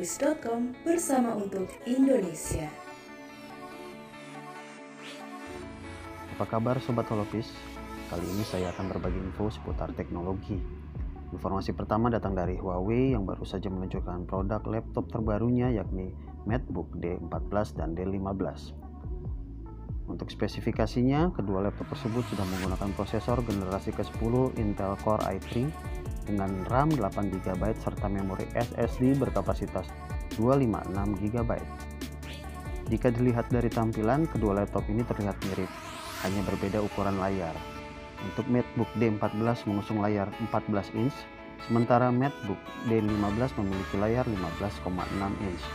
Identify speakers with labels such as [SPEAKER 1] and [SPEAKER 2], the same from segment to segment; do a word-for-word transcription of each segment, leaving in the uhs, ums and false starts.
[SPEAKER 1] holopis titik com bersama untuk Indonesia.
[SPEAKER 2] Apa kabar Sobat Holopis? Kali ini saya akan berbagi info seputar teknologi. Informasi pertama datang dari Huawei yang baru saja meluncurkan produk laptop terbarunya yakni MateBook D empat belas dan D lima belas. Untuk spesifikasinya, kedua laptop tersebut sudah menggunakan prosesor generasi ke sepuluh Intel Core i tiga dengan RAM delapan giga byte serta memori S S D berkapasitas dua ratus lima puluh enam giga byte. Jika dilihat dari tampilan, kedua laptop ini terlihat mirip, hanya berbeda ukuran layar. Untuk MateBook D empat belas mengusung layar empat belas inch, sementara MateBook D lima belas memiliki layar lima belas koma enam inch.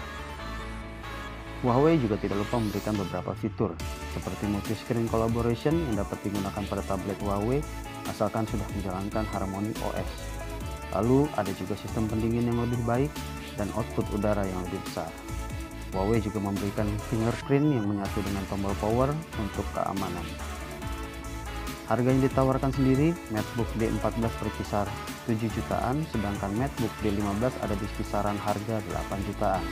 [SPEAKER 2] Huawei juga tidak lupa memberikan beberapa fitur, seperti multi-screen collaboration yang dapat digunakan pada tablet Huawei asalkan sudah menjalankan Harmony O S. Lalu ada juga sistem pendingin yang lebih baik dan output udara yang lebih besar. Huawei juga memberikan fingerprint yang menyatu dengan tombol power untuk keamanan. Harga yang ditawarkan sendiri, MateBook D empat belas berkisar tujuh jutaan, sedangkan MateBook D lima belas ada di kisaran harga delapan jutaan.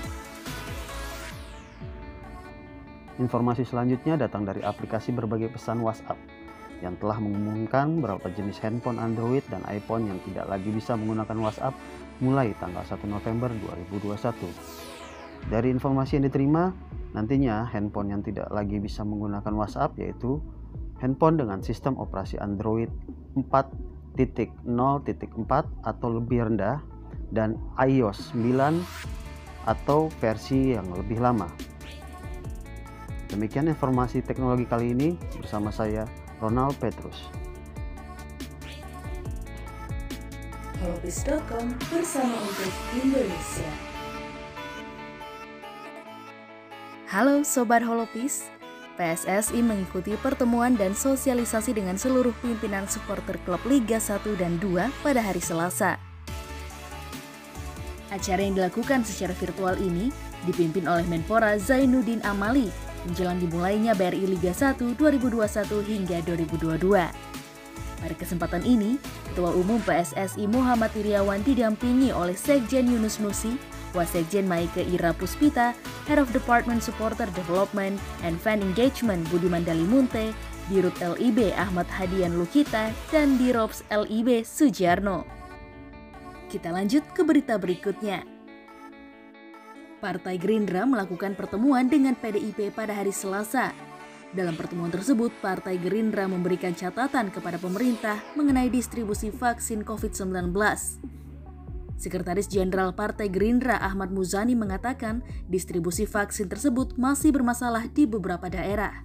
[SPEAKER 2] Informasi selanjutnya datang dari aplikasi berbagi pesan WhatsApp yang telah mengumumkan beberapa jenis handphone Android dan iPhone yang tidak lagi bisa menggunakan WhatsApp mulai tanggal satu November dua ribu dua puluh satu. Dari informasi yang diterima, nantinya handphone yang tidak lagi bisa menggunakan WhatsApp yaitu handphone dengan sistem operasi Android empat titik nol titik empat atau lebih rendah dan iOS sembilan atau versi yang lebih lama. Demikian informasi teknologi kali ini bersama saya Ronald Petrus.
[SPEAKER 1] holopis titik com bersama untuk Indonesia.
[SPEAKER 3] Halo Sobat Holopis, P S S I mengikuti pertemuan dan sosialisasi dengan seluruh pimpinan supporter klub Liga satu dan dua pada hari Selasa. Acara yang dilakukan secara virtual ini dipimpin oleh Menpora Zainuddin Amali menjelang dimulainya B R I Liga satu dua ribu dua puluh satu hingga dua ribu dua puluh dua. Pada kesempatan ini, Ketua Umum P S S I Muhammad Iriawan didampingi oleh Sekjen Yunus Nusi, Wasekjen Maike Ira Puspita, Head of Department Supporter Development and Fan Engagement Budiman Dalimunte, Dirut L I B Ahmad Hadian Lukita, dan Dirops L I B Sujarno. Kita lanjut ke berita berikutnya. Partai Gerindra melakukan pertemuan dengan P D I P pada hari Selasa. Dalam pertemuan tersebut, Partai Gerindra memberikan catatan kepada pemerintah mengenai distribusi vaksin covid sembilan belas. Sekretaris Jenderal Partai Gerindra Ahmad Muzani mengatakan distribusi vaksin tersebut masih bermasalah di beberapa daerah.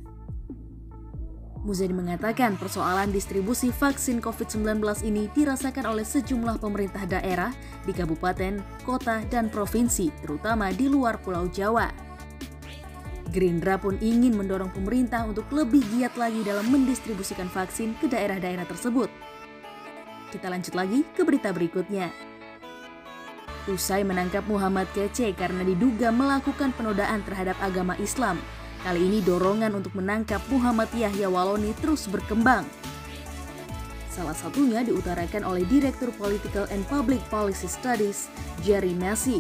[SPEAKER 3] Muzani mengatakan persoalan distribusi vaksin covid sembilan belas ini dirasakan oleh sejumlah pemerintah daerah di kabupaten, kota, dan provinsi, terutama di luar Pulau Jawa. Gerindra pun ingin mendorong pemerintah untuk lebih giat lagi dalam mendistribusikan vaksin ke daerah-daerah tersebut. Kita lanjut lagi ke berita berikutnya. Usai menangkap Muhammad Kece karena diduga melakukan penodaan terhadap agama Islam, kali ini dorongan untuk menangkap Muhammad Yahya Waloni terus berkembang. Salah satunya diutarakan oleh Direktur Political and Public Policy Studies, Jerry Massey.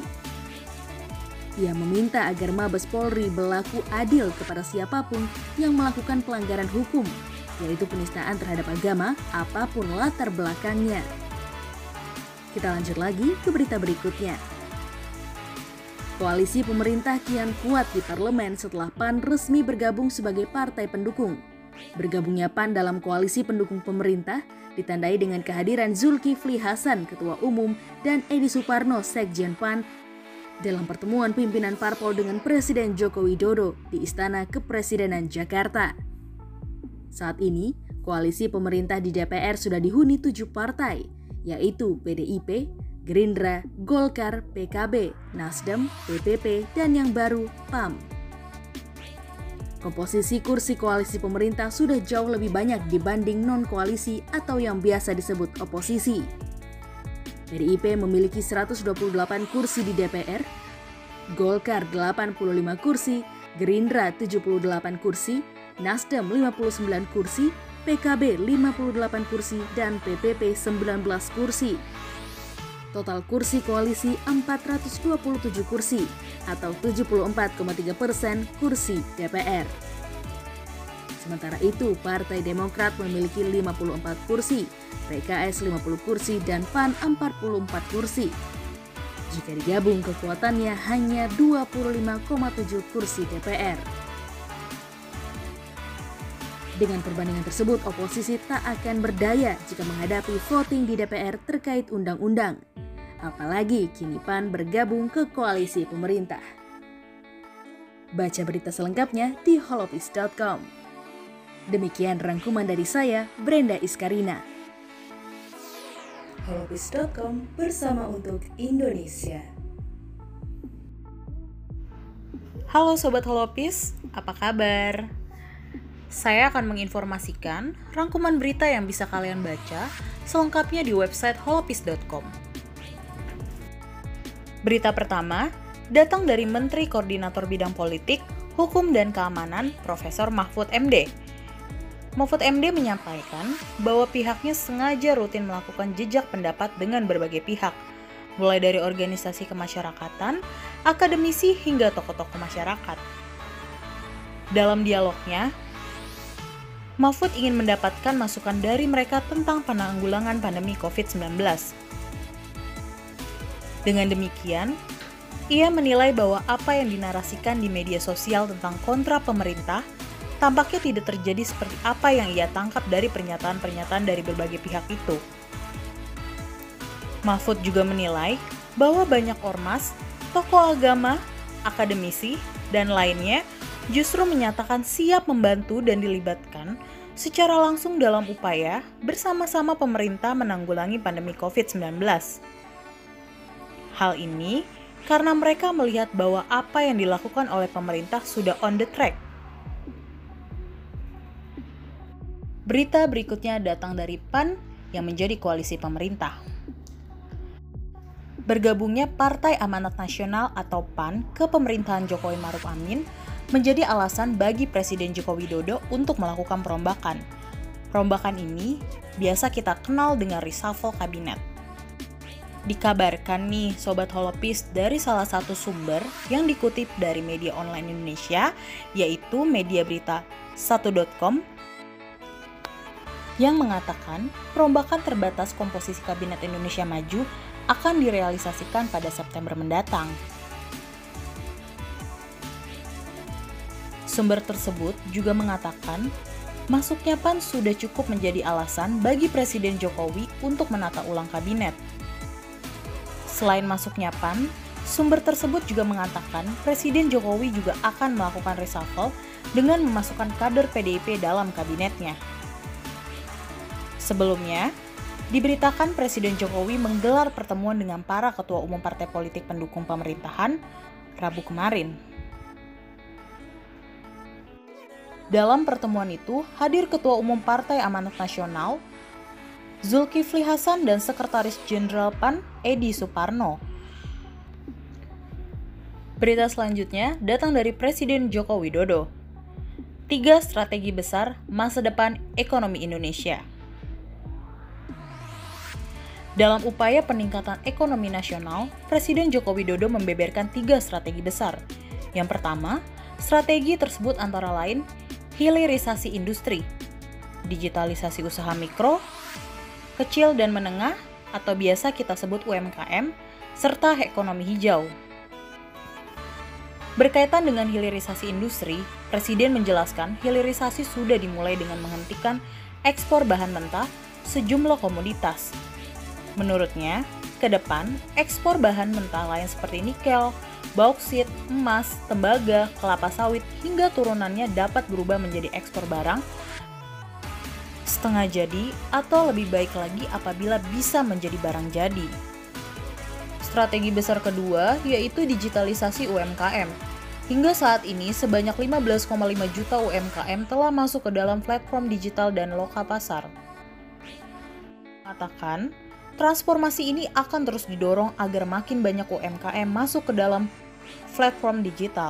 [SPEAKER 3] Ia meminta agar Mabes Polri berlaku adil kepada siapapun yang melakukan pelanggaran hukum, yaitu penistaan terhadap agama apapun latar belakangnya. Kita lanjut lagi ke berita berikutnya. Koalisi pemerintah kian kuat di parlemen setelah P A N resmi bergabung sebagai partai pendukung. Bergabungnya P A N dalam koalisi pendukung pemerintah ditandai dengan kehadiran Zulkifli Hasan, Ketua Umum, dan Edi Suparno, Sekjen P A N, dalam pertemuan pimpinan parpol dengan Presiden Joko Widodo di Istana Kepresidenan Jakarta. Saat ini, koalisi pemerintah di D P R sudah dihuni tujuh partai, yaitu P D I P, Gerindra, Golkar, P K B, Nasdem, P P P, dan yang baru P A M. Komposisi kursi koalisi pemerintah sudah jauh lebih banyak dibanding non-koalisi atau yang biasa disebut oposisi. P D I P memiliki seratus dua puluh delapan kursi di D P R, Golkar delapan puluh lima kursi, Gerindra tujuh puluh delapan kursi, Nasdem lima puluh sembilan kursi, P K B lima puluh delapan kursi, dan P P P sembilan belas kursi. Total kursi koalisi empat ratus dua puluh tujuh kursi atau tujuh puluh empat koma tiga persen kursi D P R. Sementara itu, Partai Demokrat memiliki lima puluh empat kursi, P K S lima puluh kursi, dan P A N empat puluh empat kursi. Jika digabung kekuatannya hanya dua puluh lima koma tujuh kursi D P R. Dengan perbandingan tersebut, oposisi tak akan berdaya jika menghadapi voting di D P R terkait undang-undang. Apalagi kini P A N bergabung ke koalisi pemerintah. Baca berita selengkapnya di holopis dot com. Demikian rangkuman dari saya, Brenda Iskarina.
[SPEAKER 1] holopis dot com bersama untuk Indonesia.
[SPEAKER 4] Halo Sobat Holopis, apa kabar? Saya akan menginformasikan rangkuman berita yang bisa kalian baca selengkapnya di website holopis dot com. Berita pertama datang dari Menteri Koordinator Bidang Politik, Hukum dan Keamanan, Profesor Mahfud M D. Mahfud M D menyampaikan bahwa pihaknya sengaja rutin melakukan jejak pendapat dengan berbagai pihak, mulai dari organisasi kemasyarakatan, akademisi, hingga tokoh-tokoh masyarakat. Dalam dialognya, Mahfud ingin mendapatkan masukan dari mereka tentang penanggulangan pandemi covid sembilan belas. Dengan demikian, ia menilai bahwa apa yang dinarasikan di media sosial tentang kontra pemerintah tampaknya tidak terjadi seperti apa yang ia tangkap dari pernyataan-pernyataan dari berbagai pihak itu. Mahfud juga menilai bahwa banyak ormas, tokoh agama, akademisi, dan lainnya justru menyatakan siap membantu dan dilibatkan secara langsung dalam upaya bersama-sama pemerintah menanggulangi pandemi covid sembilan belas. Hal ini karena mereka melihat bahwa apa yang dilakukan oleh pemerintah sudah on the track. Berita berikutnya datang dari P A N yang menjadi koalisi pemerintah. Bergabungnya Partai Amanat Nasional atau P A N ke pemerintahan Jokowi Maruf Amin menjadi alasan bagi Presiden Joko Widodo untuk melakukan perombakan. Perombakan ini biasa kita kenal dengan reshuffle kabinet. Dikabarkan nih Sobat Holopis dari salah satu sumber yang dikutip dari media online Indonesia, yaitu media berita satu dot com, yang mengatakan perombakan terbatas komposisi Kabinet Indonesia Maju akan direalisasikan pada September mendatang. Sumber tersebut juga mengatakan masuknya P A N sudah cukup menjadi alasan bagi Presiden Jokowi untuk menata ulang kabinet. Selain masuknya P A N, sumber tersebut juga mengatakan Presiden Jokowi juga akan melakukan reshuffle dengan memasukkan kader P D I P dalam kabinetnya. Sebelumnya, diberitakan Presiden Jokowi menggelar pertemuan dengan para ketua umum partai politik pendukung pemerintahan Rabu kemarin. Dalam pertemuan itu, hadir Ketua Umum Partai Amanat Nasional, Zulkifli Hasan, dan Sekretaris Jenderal P A N, Edi Suparno. Berita selanjutnya datang dari Presiden Joko Widodo. Tiga strategi besar masa depan ekonomi Indonesia. Dalam upaya peningkatan ekonomi nasional, Presiden Joko Widodo membeberkan tiga strategi besar. Yang pertama, strategi tersebut antara lain hilirisasi industri, digitalisasi usaha mikro, kecil dan menengah atau biasa kita sebut U M K M, serta ekonomi hijau. Berkaitan dengan hilirisasi industri, Presiden menjelaskan hilirisasi sudah dimulai dengan menghentikan ekspor bahan mentah sejumlah komoditas. Menurutnya, ke depan, ekspor bahan mentah lain seperti nikel, bauksit, emas, tembaga, kelapa sawit, hingga turunannya dapat berubah menjadi ekspor barang setengah jadi atau lebih baik lagi apabila bisa menjadi barang jadi. Strategi besar kedua yaitu digitalisasi U M K M. Hingga saat ini, sebanyak lima belas koma lima juta U M K M telah masuk ke dalam platform digital dan loka pasar. Katakan, transformasi ini akan terus didorong agar makin banyak U M K M masuk ke dalam platform digital.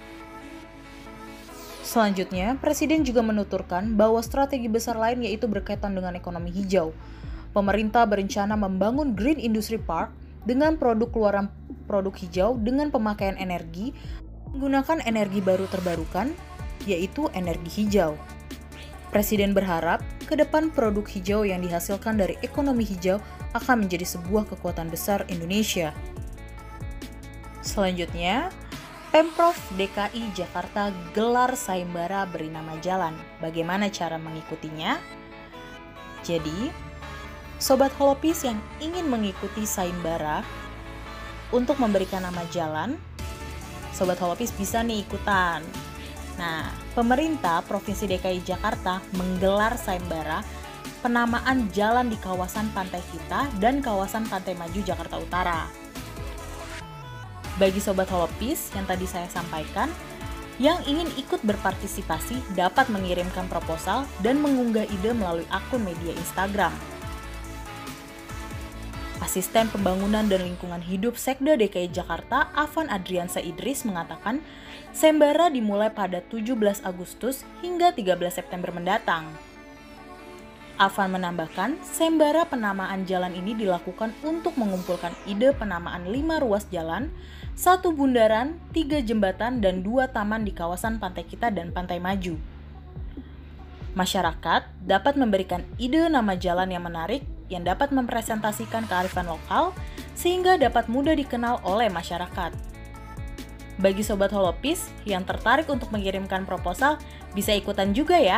[SPEAKER 4] Selanjutnya, Presiden juga menuturkan bahwa strategi besar lain yaitu berkaitan dengan ekonomi hijau. Pemerintah berencana membangun Green Industry Park dengan produk keluaran produk hijau dengan pemakaian energi menggunakan energi baru terbarukan, yaitu energi hijau. Presiden berharap ke depan produk hijau yang dihasilkan dari ekonomi hijau akan menjadi sebuah kekuatan besar Indonesia. Selanjutnya, Pemprov D K I Jakarta gelar sayembara beri nama jalan. Bagaimana cara mengikutinya? Jadi, Sobat Holopis yang ingin mengikuti sayembara untuk memberikan nama jalan, Sobat Holopis bisa nih ikutan. Nah, pemerintah Provinsi D K I Jakarta menggelar sayembara penamaan jalan di kawasan pantai kita dan kawasan Pantai Maju Jakarta Utara. Bagi Sobat Holopis yang tadi saya sampaikan, yang ingin ikut berpartisipasi dapat mengirimkan proposal dan mengunggah ide melalui akun media Instagram. Asisten Pembangunan dan Lingkungan Hidup Sekda D K I Jakarta, Afan Adriansa Idris mengatakan, sayembara dimulai pada tujuh belas Agustus hingga tiga belas September mendatang. Afan menambahkan, sayembara penamaan jalan ini dilakukan untuk mengumpulkan ide penamaan lima ruas jalan, satu bundaran, tiga jembatan, dan dua taman di kawasan Pantai Kita dan Pantai Maju. Masyarakat dapat memberikan ide nama jalan yang menarik yang dapat mempresentasikan kearifan lokal sehingga dapat mudah dikenal oleh masyarakat. Bagi Sobat Holopis yang tertarik untuk mengirimkan proposal, bisa ikutan juga ya.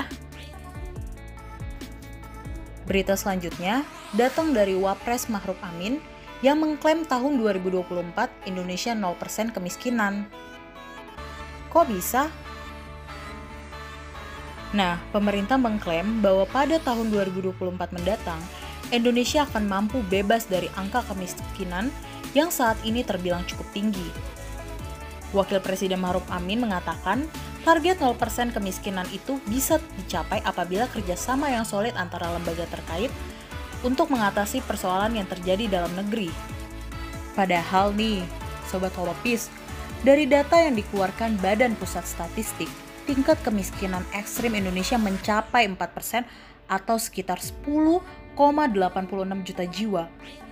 [SPEAKER 4] Berita selanjutnya datang dari Wapres Ma'ruf Amin yang mengklaim tahun dua ribu dua puluh empat Indonesia nol persen kemiskinan. Kok bisa? Nah, pemerintah mengklaim bahwa pada tahun dua ribu dua puluh empat mendatang, Indonesia akan mampu bebas dari angka kemiskinan yang saat ini terbilang cukup tinggi. Wakil Presiden Ma'ruf Amin mengatakan, target nol persen kemiskinan itu bisa dicapai apabila kerjasama yang solid antara lembaga terkait untuk mengatasi persoalan yang terjadi dalam negeri. Padahal nih, Sobat Holopis, dari data yang dikeluarkan Badan Pusat Statistik, tingkat kemiskinan ekstrim Indonesia mencapai empat persen atau sekitar sepuluh koma delapan puluh enam juta jiwa.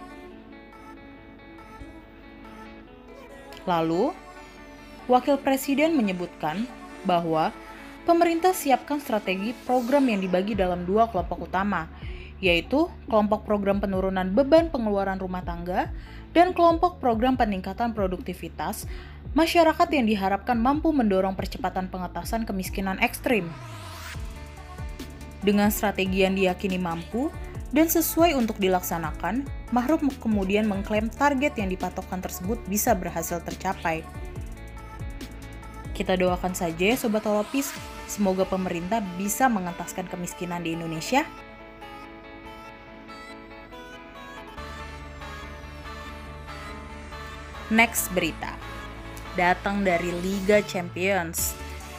[SPEAKER 4] Lalu, Wakil Presiden menyebutkan bahwa pemerintah siapkan strategi program yang dibagi dalam dua kelompok utama, yaitu kelompok program penurunan beban pengeluaran rumah tangga dan kelompok program peningkatan produktivitas masyarakat yang diharapkan mampu mendorong percepatan pengentasan kemiskinan ekstrim. Dengan strategi yang diyakini mampu dan sesuai untuk dilaksanakan, Ma'ruf kemudian mengklaim target yang dipatokkan tersebut bisa berhasil tercapai. Kita doakan saja ya Sobat Holopis, semoga pemerintah bisa mengentaskan kemiskinan di Indonesia. Next berita, datang dari Liga Champions.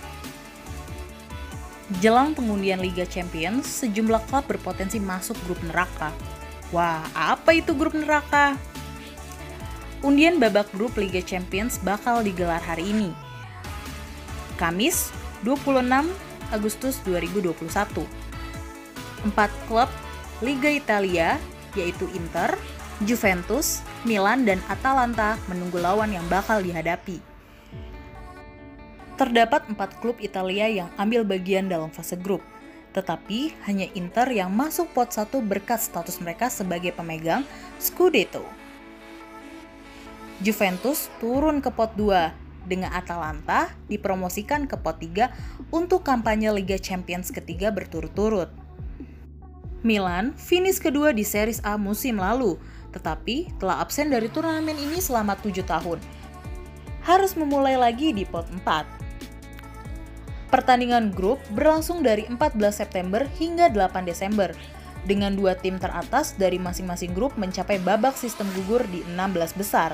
[SPEAKER 4] Jelang pengundian Liga Champions, sejumlah klub berpotensi masuk grup neraka. Wah, apa itu grup neraka? Undian babak grup Liga Champions bakal digelar hari ini, Kamis dua puluh enam Agustus dua ribu dua puluh satu. Empat klub Liga Italia, yaitu Inter, Juventus, Milan, dan Atalanta menunggu lawan yang bakal dihadapi. Terdapat empat klub Italia yang ambil bagian dalam fase grup, tetapi hanya Inter yang masuk pot satu berkat status mereka sebagai pemegang Scudetto. Juventus turun ke pot dua, dengan Atalanta dipromosikan ke pot tiga untuk kampanye Liga Champions ketiga berturut-turut. Milan finish kedua di Serie A musim lalu, tetapi telah absen dari turnamen ini selama tujuh tahun. Harus memulai lagi di pot empat. Pertandingan grup berlangsung dari empat belas September hingga delapan Desember, dengan dua tim teratas dari masing-masing grup mencapai babak sistem gugur di enam belas besar.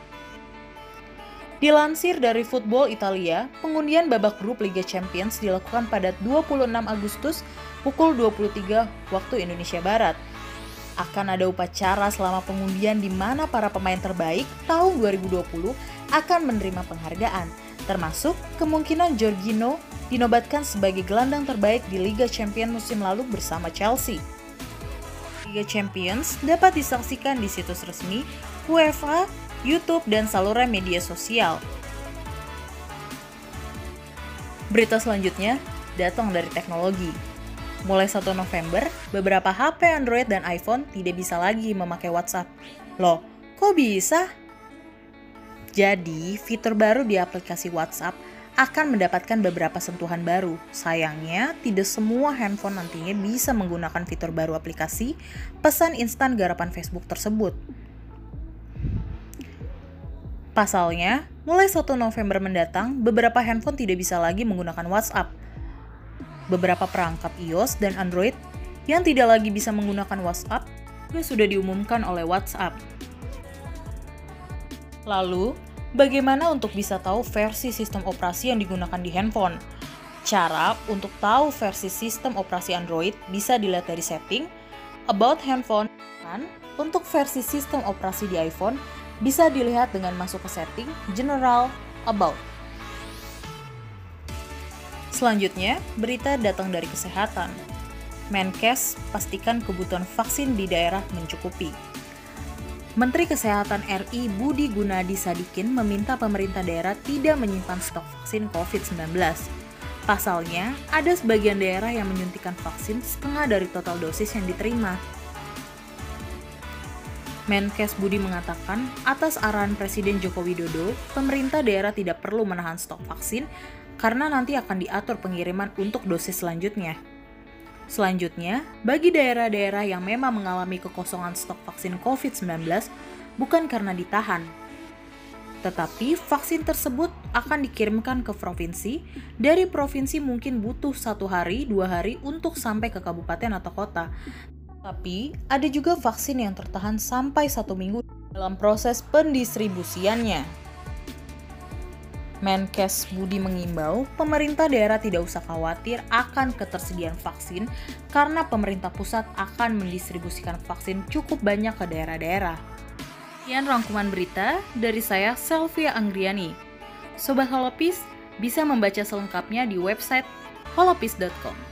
[SPEAKER 4] Dilansir dari Football Italia, pengundian babak grup Liga Champions dilakukan pada dua puluh enam Agustus pukul dua puluh tiga waktu Indonesia Barat. Akan ada upacara selama pengundian di mana para pemain terbaik tahun dua ribu dua puluh akan menerima penghargaan, termasuk kemungkinan Jorginho dinobatkan sebagai gelandang terbaik di Liga Champions musim lalu bersama Chelsea. Liga Champions dapat disaksikan di situs resmi UEFA, YouTube, dan saluran media sosial. Berita selanjutnya datang dari teknologi. Mulai satu November, beberapa H P Android dan iPhone tidak bisa lagi memakai WhatsApp. Loh, kok bisa? Jadi, fitur baru di aplikasi WhatsApp akan mendapatkan beberapa sentuhan baru. Sayangnya, tidak semua handphone nantinya bisa menggunakan fitur baru aplikasi pesan instan garapan Facebook tersebut. Pasalnya, mulai satu November mendatang, beberapa handphone tidak bisa lagi menggunakan WhatsApp. Beberapa perangkat iOS dan Android yang tidak lagi bisa menggunakan WhatsApp juga sudah diumumkan oleh WhatsApp. Lalu, bagaimana untuk bisa tahu versi sistem operasi yang digunakan di handphone? Cara untuk tahu versi sistem operasi Android bisa dilihat dari setting, about handphone, dan untuk versi sistem operasi di iPhone bisa dilihat dengan masuk ke setting, general, about. Selanjutnya, berita datang dari kesehatan. Menkes pastikan kebutuhan vaksin di daerah mencukupi. Menteri Kesehatan R I Budi Gunadi Sadikin meminta pemerintah daerah tidak menyimpan stok vaksin covid sembilan belas. Pasalnya, ada sebagian daerah yang menyuntikkan vaksin setengah dari total dosis yang diterima. Menkes Budi mengatakan, atas arahan Presiden Joko Widodo, pemerintah daerah tidak perlu menahan stok vaksin karena nanti akan diatur pengiriman untuk dosis selanjutnya. Selanjutnya, bagi daerah-daerah yang memang mengalami kekosongan stok vaksin covid sembilan belas, bukan karena ditahan, tetapi vaksin tersebut akan dikirimkan ke provinsi, dari provinsi mungkin butuh satu hari, dua hari untuk sampai ke kabupaten atau kota. Tapi, ada juga vaksin yang tertahan sampai satu minggu dalam proses pendistribusiannya. Menkes Budi mengimbau pemerintah daerah tidak usah khawatir akan ketersediaan vaksin karena pemerintah pusat akan mendistribusikan vaksin cukup banyak ke daerah-daerah. Sekian rangkuman berita dari saya, Selvia Anggriani. Sobat Holopis bisa membaca selengkapnya di website holopis dot com.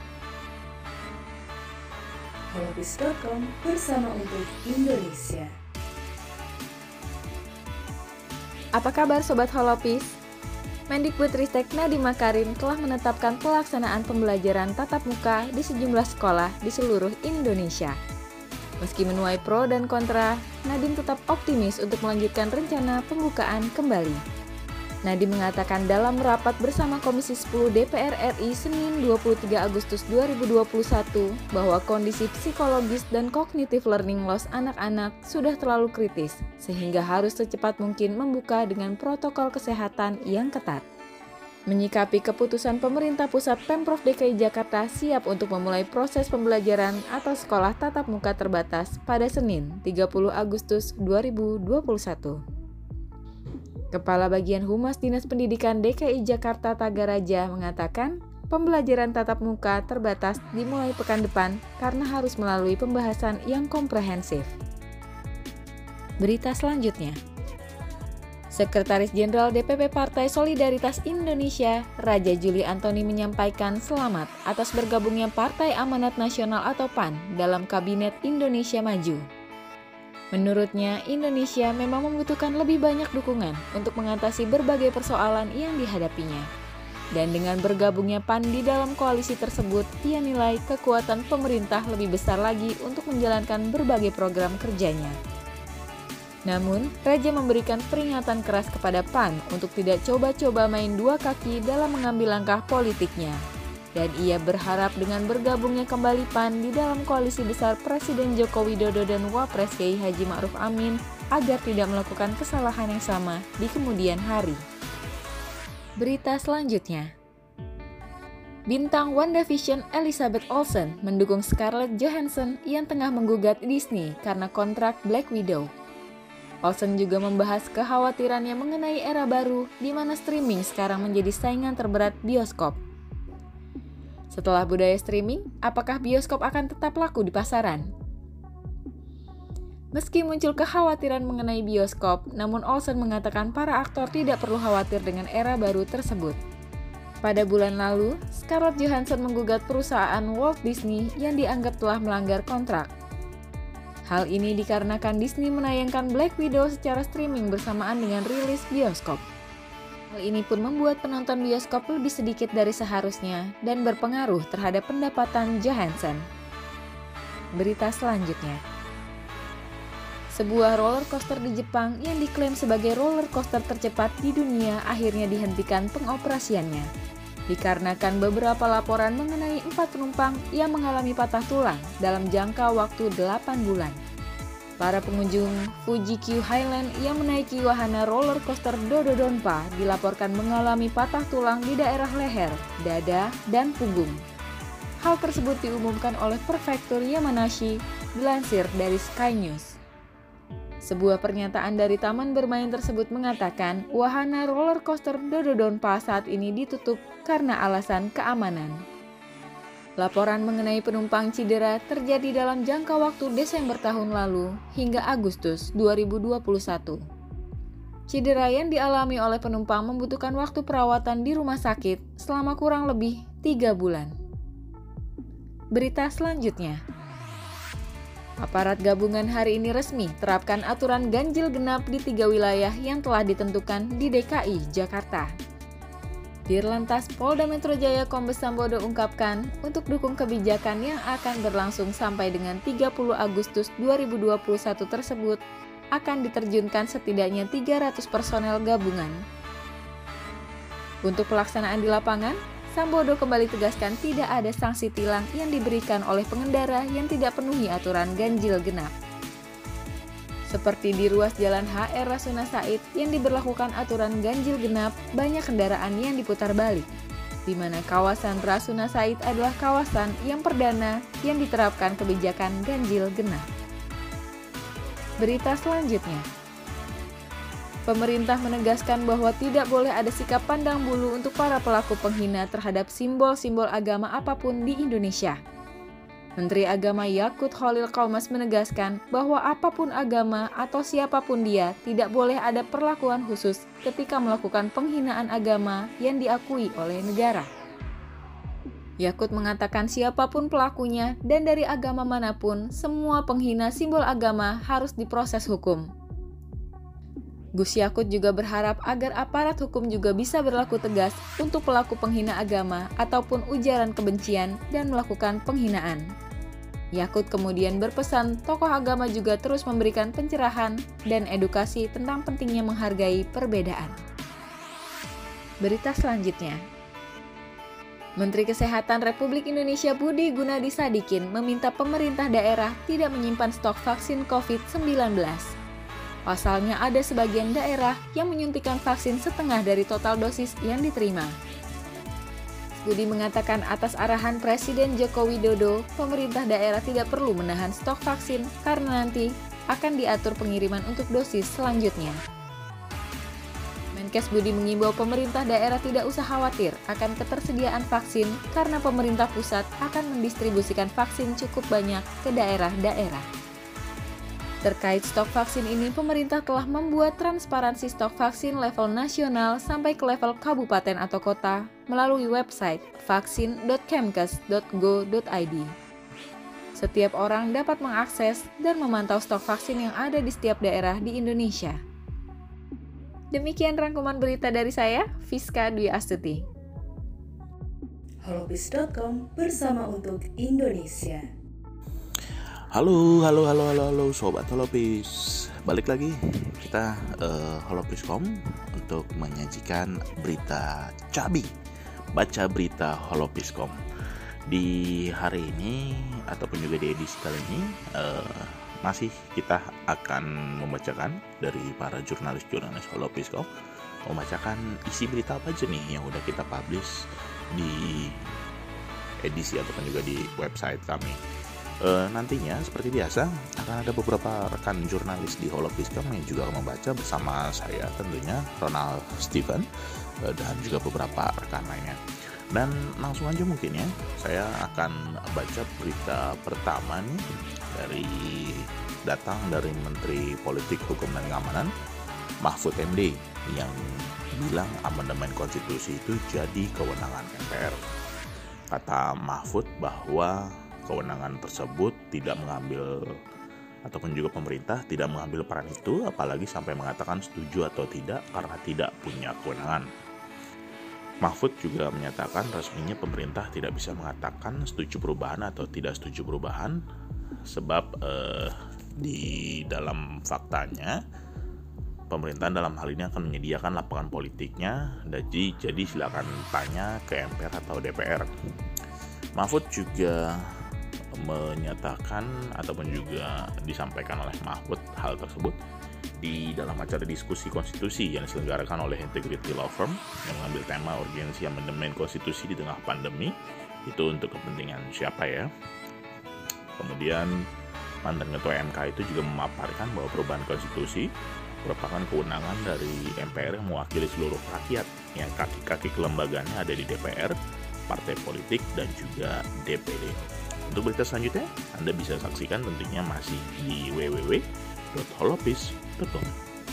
[SPEAKER 1] holopis dot com bersama untuk Indonesia.
[SPEAKER 5] Apa kabar Sobat Holopis? Mendikbudristek Nadiem Makarim telah menetapkan pelaksanaan pembelajaran tatap muka di sejumlah sekolah di seluruh Indonesia. Meski menuai pro dan kontra, Nadiem tetap optimis untuk melanjutkan rencana pembukaan kembali. Nadiem mengatakan dalam rapat bersama Komisi sepuluh D P R R I Senin dua puluh tiga Agustus dua ribu dua puluh satu bahwa kondisi psikologis dan cognitive learning loss anak-anak sudah terlalu kritis sehingga harus secepat mungkin membuka dengan protokol kesehatan yang ketat. Menyikapi keputusan pemerintah pusat, Pemprov D K I Jakarta siap untuk memulai proses pembelajaran atau sekolah tatap muka terbatas pada Senin tiga puluh Agustus dua ribu dua puluh satu. Kepala Bagian Humas Dinas Pendidikan D K I Jakarta Tagaraja mengatakan, pembelajaran tatap muka terbatas dimulai pekan depan karena harus melalui pembahasan yang komprehensif. Berita selanjutnya. Sekretaris Jenderal D P P Partai Solidaritas Indonesia, Raja Juli Antoni menyampaikan selamat atas bergabungnya Partai Amanat Nasional atau P A N dalam Kabinet Indonesia Maju. Menurutnya, Indonesia memang membutuhkan lebih banyak dukungan untuk mengatasi berbagai persoalan yang dihadapinya. Dan dengan bergabungnya P A N di dalam koalisi tersebut, ia nilai kekuatan pemerintah lebih besar lagi untuk menjalankan berbagai program kerjanya. Namun, Raja memberikan peringatan keras kepada P A N untuk tidak coba-coba main dua kaki dalam mengambil langkah politiknya. Dan ia berharap dengan bergabungnya kembali P A N di dalam koalisi besar Presiden Joko Widodo dan Wapres Kiai Haji Ma'ruf Amin agar tidak melakukan kesalahan yang sama di kemudian hari. Berita selanjutnya. Bintang WandaVision Elizabeth Olsen mendukung Scarlett Johansson yang tengah menggugat Disney karena kontrak Black Widow. Olsen juga membahas kekhawatirannya mengenai era baru di mana streaming sekarang menjadi saingan terberat bioskop. Setelah budaya streaming, apakah bioskop akan tetap laku di pasaran? Meski muncul kekhawatiran mengenai bioskop, namun Olsen mengatakan para aktor tidak perlu khawatir dengan era baru tersebut. Pada bulan lalu, Scarlett Johansson menggugat perusahaan Walt Disney yang dianggap telah melanggar kontrak. Hal ini dikarenakan Disney menayangkan Black Widow secara streaming bersamaan dengan rilis bioskop. Hal ini pun membuat penonton bioskop lebih sedikit dari seharusnya dan berpengaruh terhadap pendapatan Johansson. Berita selanjutnya. Sebuah roller coaster di Jepang yang diklaim sebagai roller coaster tercepat di dunia akhirnya dihentikan pengoperasiannya, dikarenakan beberapa laporan mengenai empat penumpang yang mengalami patah tulang dalam jangka waktu delapan bulan. Para pengunjung Fuji Q Highland yang menaiki wahana roller coaster Dododonpa dilaporkan mengalami patah tulang di daerah leher, dada, dan punggung. Hal tersebut diumumkan oleh Prefektur Yamanashi, dilansir dari Sky News. Sebuah pernyataan dari taman bermain tersebut mengatakan wahana roller coaster Dododonpa saat ini ditutup karena alasan keamanan. Laporan mengenai penumpang cedera terjadi dalam jangka waktu Desember tahun lalu hingga Agustus dua ribu dua puluh satu. Cedera yang dialami oleh penumpang membutuhkan waktu perawatan di rumah sakit selama kurang lebih tiga bulan. Berita selanjutnya. Aparat gabungan hari ini resmi terapkan aturan ganjil genap di tiga wilayah yang telah ditentukan di D K I Jakarta. Dirlantas Polda Metro Jaya Kombes Sambodo ungkapkan untuk dukung kebijakan yang akan berlangsung sampai dengan tiga puluh Agustus dua ribu dua puluh satu tersebut akan diterjunkan setidaknya tiga ratus personel gabungan. Untuk pelaksanaan di lapangan, Sambodo kembali tegaskan tidak ada sanksi tilang yang diberikan oleh pengendara yang tidak penuhi aturan ganjil genap. Seperti di ruas Jalan H R Rasuna Said yang diberlakukan aturan ganjil genap, banyak kendaraan yang diputar balik, di mana kawasan Rasuna Said adalah kawasan yang perdana yang diterapkan kebijakan ganjil genap. Berita selanjutnya. Pemerintah menegaskan bahwa tidak boleh ada sikap pandang bulu untuk para pelaku penghina terhadap simbol-simbol agama apapun di Indonesia. Menteri Agama Yakut Khalil Qaumas menegaskan bahwa apapun agama atau siapapun dia tidak boleh ada perlakuan khusus ketika melakukan penghinaan agama yang diakui oleh negara. Yakut mengatakan siapapun pelakunya dan dari agama manapun, semua penghina simbol agama harus diproses hukum. Gus Yakut juga berharap agar aparat hukum juga bisa berlaku tegas untuk pelaku penghina agama ataupun ujaran kebencian dan melakukan penghinaan. Yakut kemudian berpesan tokoh agama juga terus memberikan pencerahan dan edukasi tentang pentingnya menghargai perbedaan. Berita selanjutnya. Menteri Kesehatan Republik Indonesia Budi Gunadi Sadikin meminta pemerintah daerah tidak menyimpan stok vaksin covid sembilan belas. Pasalnya ada sebagian daerah yang menyuntikkan vaksin setengah dari total dosis yang diterima. Budi mengatakan atas arahan Presiden Joko Widodo, pemerintah daerah tidak perlu menahan stok vaksin karena nanti akan diatur pengiriman untuk dosis selanjutnya. Menkes Budi mengimbau pemerintah daerah tidak usah khawatir akan ketersediaan vaksin karena pemerintah pusat akan mendistribusikan vaksin cukup banyak ke daerah-daerah. Terkait stok vaksin ini, pemerintah telah membuat transparansi stok vaksin level nasional sampai ke level kabupaten atau kota melalui website vaksin dot kemkes dot go dot i d. Setiap orang dapat mengakses dan memantau stok vaksin yang ada di setiap daerah di Indonesia. Demikian rangkuman berita dari saya, Fiska Dwi Astuti.
[SPEAKER 1] holopis dot com bersama untuk Indonesia.
[SPEAKER 6] Halo, halo, halo, halo, halo, sobat Holopis. Balik lagi kita uh, holopis dot com untuk menyajikan berita cabi. Baca berita holopis dot com. Di hari ini ataupun juga di edisi kali ini uh, masih kita akan membacakan dari para jurnalis-jurnalis holopis dot com, membacakan isi berita apa aja nih yang udah kita publish di edisi ataupun juga di website kami. E, nantinya seperti biasa akan ada beberapa rekan jurnalis di holopis dot com yang juga akan membaca bersama saya tentunya Ronald Steven e, dan juga beberapa rekan lainnya. Dan langsung aja mungkin ya, saya akan baca berita pertama nih dari datang dari Menteri Politik Hukum dan Keamanan Mahfud M D yang bilang amandemen konstitusi itu jadi kewenangan M P R. Kata Mahfud bahwa kewenangan tersebut tidak mengambil ataupun juga pemerintah tidak mengambil peran itu, apalagi sampai mengatakan setuju atau tidak karena tidak punya kewenangan. Mahfud juga menyatakan resminya pemerintah tidak bisa mengatakan setuju perubahan atau tidak setuju perubahan, sebab eh, di dalam faktanya pemerintahan dalam hal ini akan menyediakan lapangan politiknya, jadi, jadi silakan tanya ke M P R atau D P R. Mahfud juga menyatakan ataupun juga disampaikan oleh Mahfud hal tersebut di dalam acara diskusi konstitusi yang diselenggarakan oleh Integrity Law Firm yang mengambil tema urgensi amandemen konstitusi di tengah pandemi. Itu untuk kepentingan siapa ya? Kemudian mantan ketua M K itu juga memaparkan bahwa perubahan konstitusi merupakan kewenangan dari M P R yang mewakili seluruh rakyat, yang kaki-kaki kelembagaannya ada di D P R, partai politik, dan juga D P D. Untuk berita selanjutnya, Anda bisa saksikan tentunya masih di w w w titik holopis titik com.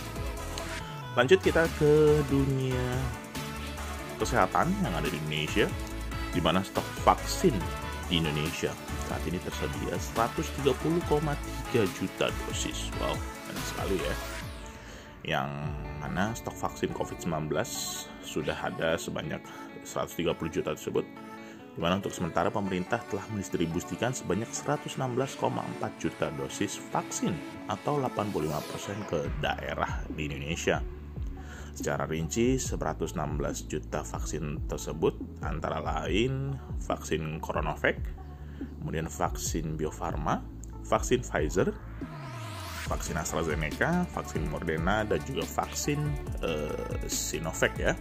[SPEAKER 6] Lanjut kita ke dunia kesehatan yang ada di Indonesia, di mana stok vaksin di Indonesia saat ini tersedia seratus tiga puluh koma tiga juta dosis. Wow, banyak sekali ya. Yang mana stok vaksin covid sembilan belas sudah ada sebanyak seratus tiga puluh juta tersebut, di mana untuk sementara pemerintah telah mendistribusikan sebanyak seratus enam belas koma empat juta dosis vaksin atau delapan puluh lima persen ke daerah di Indonesia. Secara rinci, seratus enam belas juta vaksin tersebut antara lain vaksin CoronaVac, kemudian vaksin Bio Farma, vaksin Pfizer, vaksin AstraZeneca, vaksin Moderna, dan juga vaksin uh, Sinovac ya.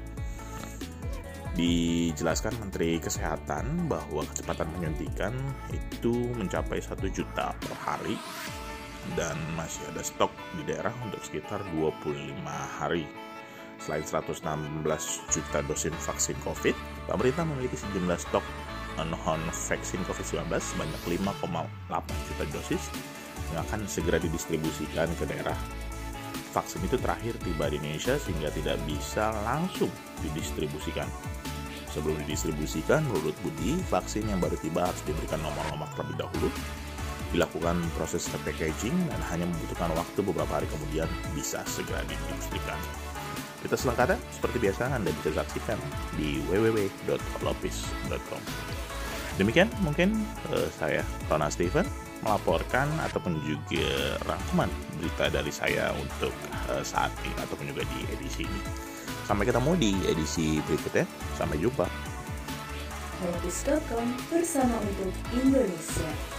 [SPEAKER 6] Dijelaskan Menteri Kesehatan bahwa kecepatan penyuntikan itu mencapai satu juta per hari dan masih ada stok di daerah untuk sekitar dua puluh lima hari. Selain seratus enam belas juta dosis vaksin COVID, pemerintah memiliki sejumlah stok non-vaksin covid sembilan belas sebanyak lima koma delapan juta dosis yang akan segera didistribusikan ke daerah. Vaksin itu terakhir tiba di Indonesia sehingga tidak bisa langsung didistribusikan. Sebelum didistribusikan, menurut Budi, vaksin yang baru tiba harus diberikan nomor-nomor terlebih dahulu, dilakukan proses packaging, dan hanya membutuhkan waktu beberapa hari kemudian bisa segera didistribusikan. Kita selengkapnya seperti biasa Anda bisa saksikan di w w w titik holopis titik com. Demikian mungkin uh, saya Rona Steven melaporkan ataupun juga rangkuman berita dari saya untuk uh, saat ini ataupun juga di edisi ini. Sampai ketemu di edisi berikutnya. Sampai jumpa.
[SPEAKER 1] holopis titik com bersama untuk Indonesia.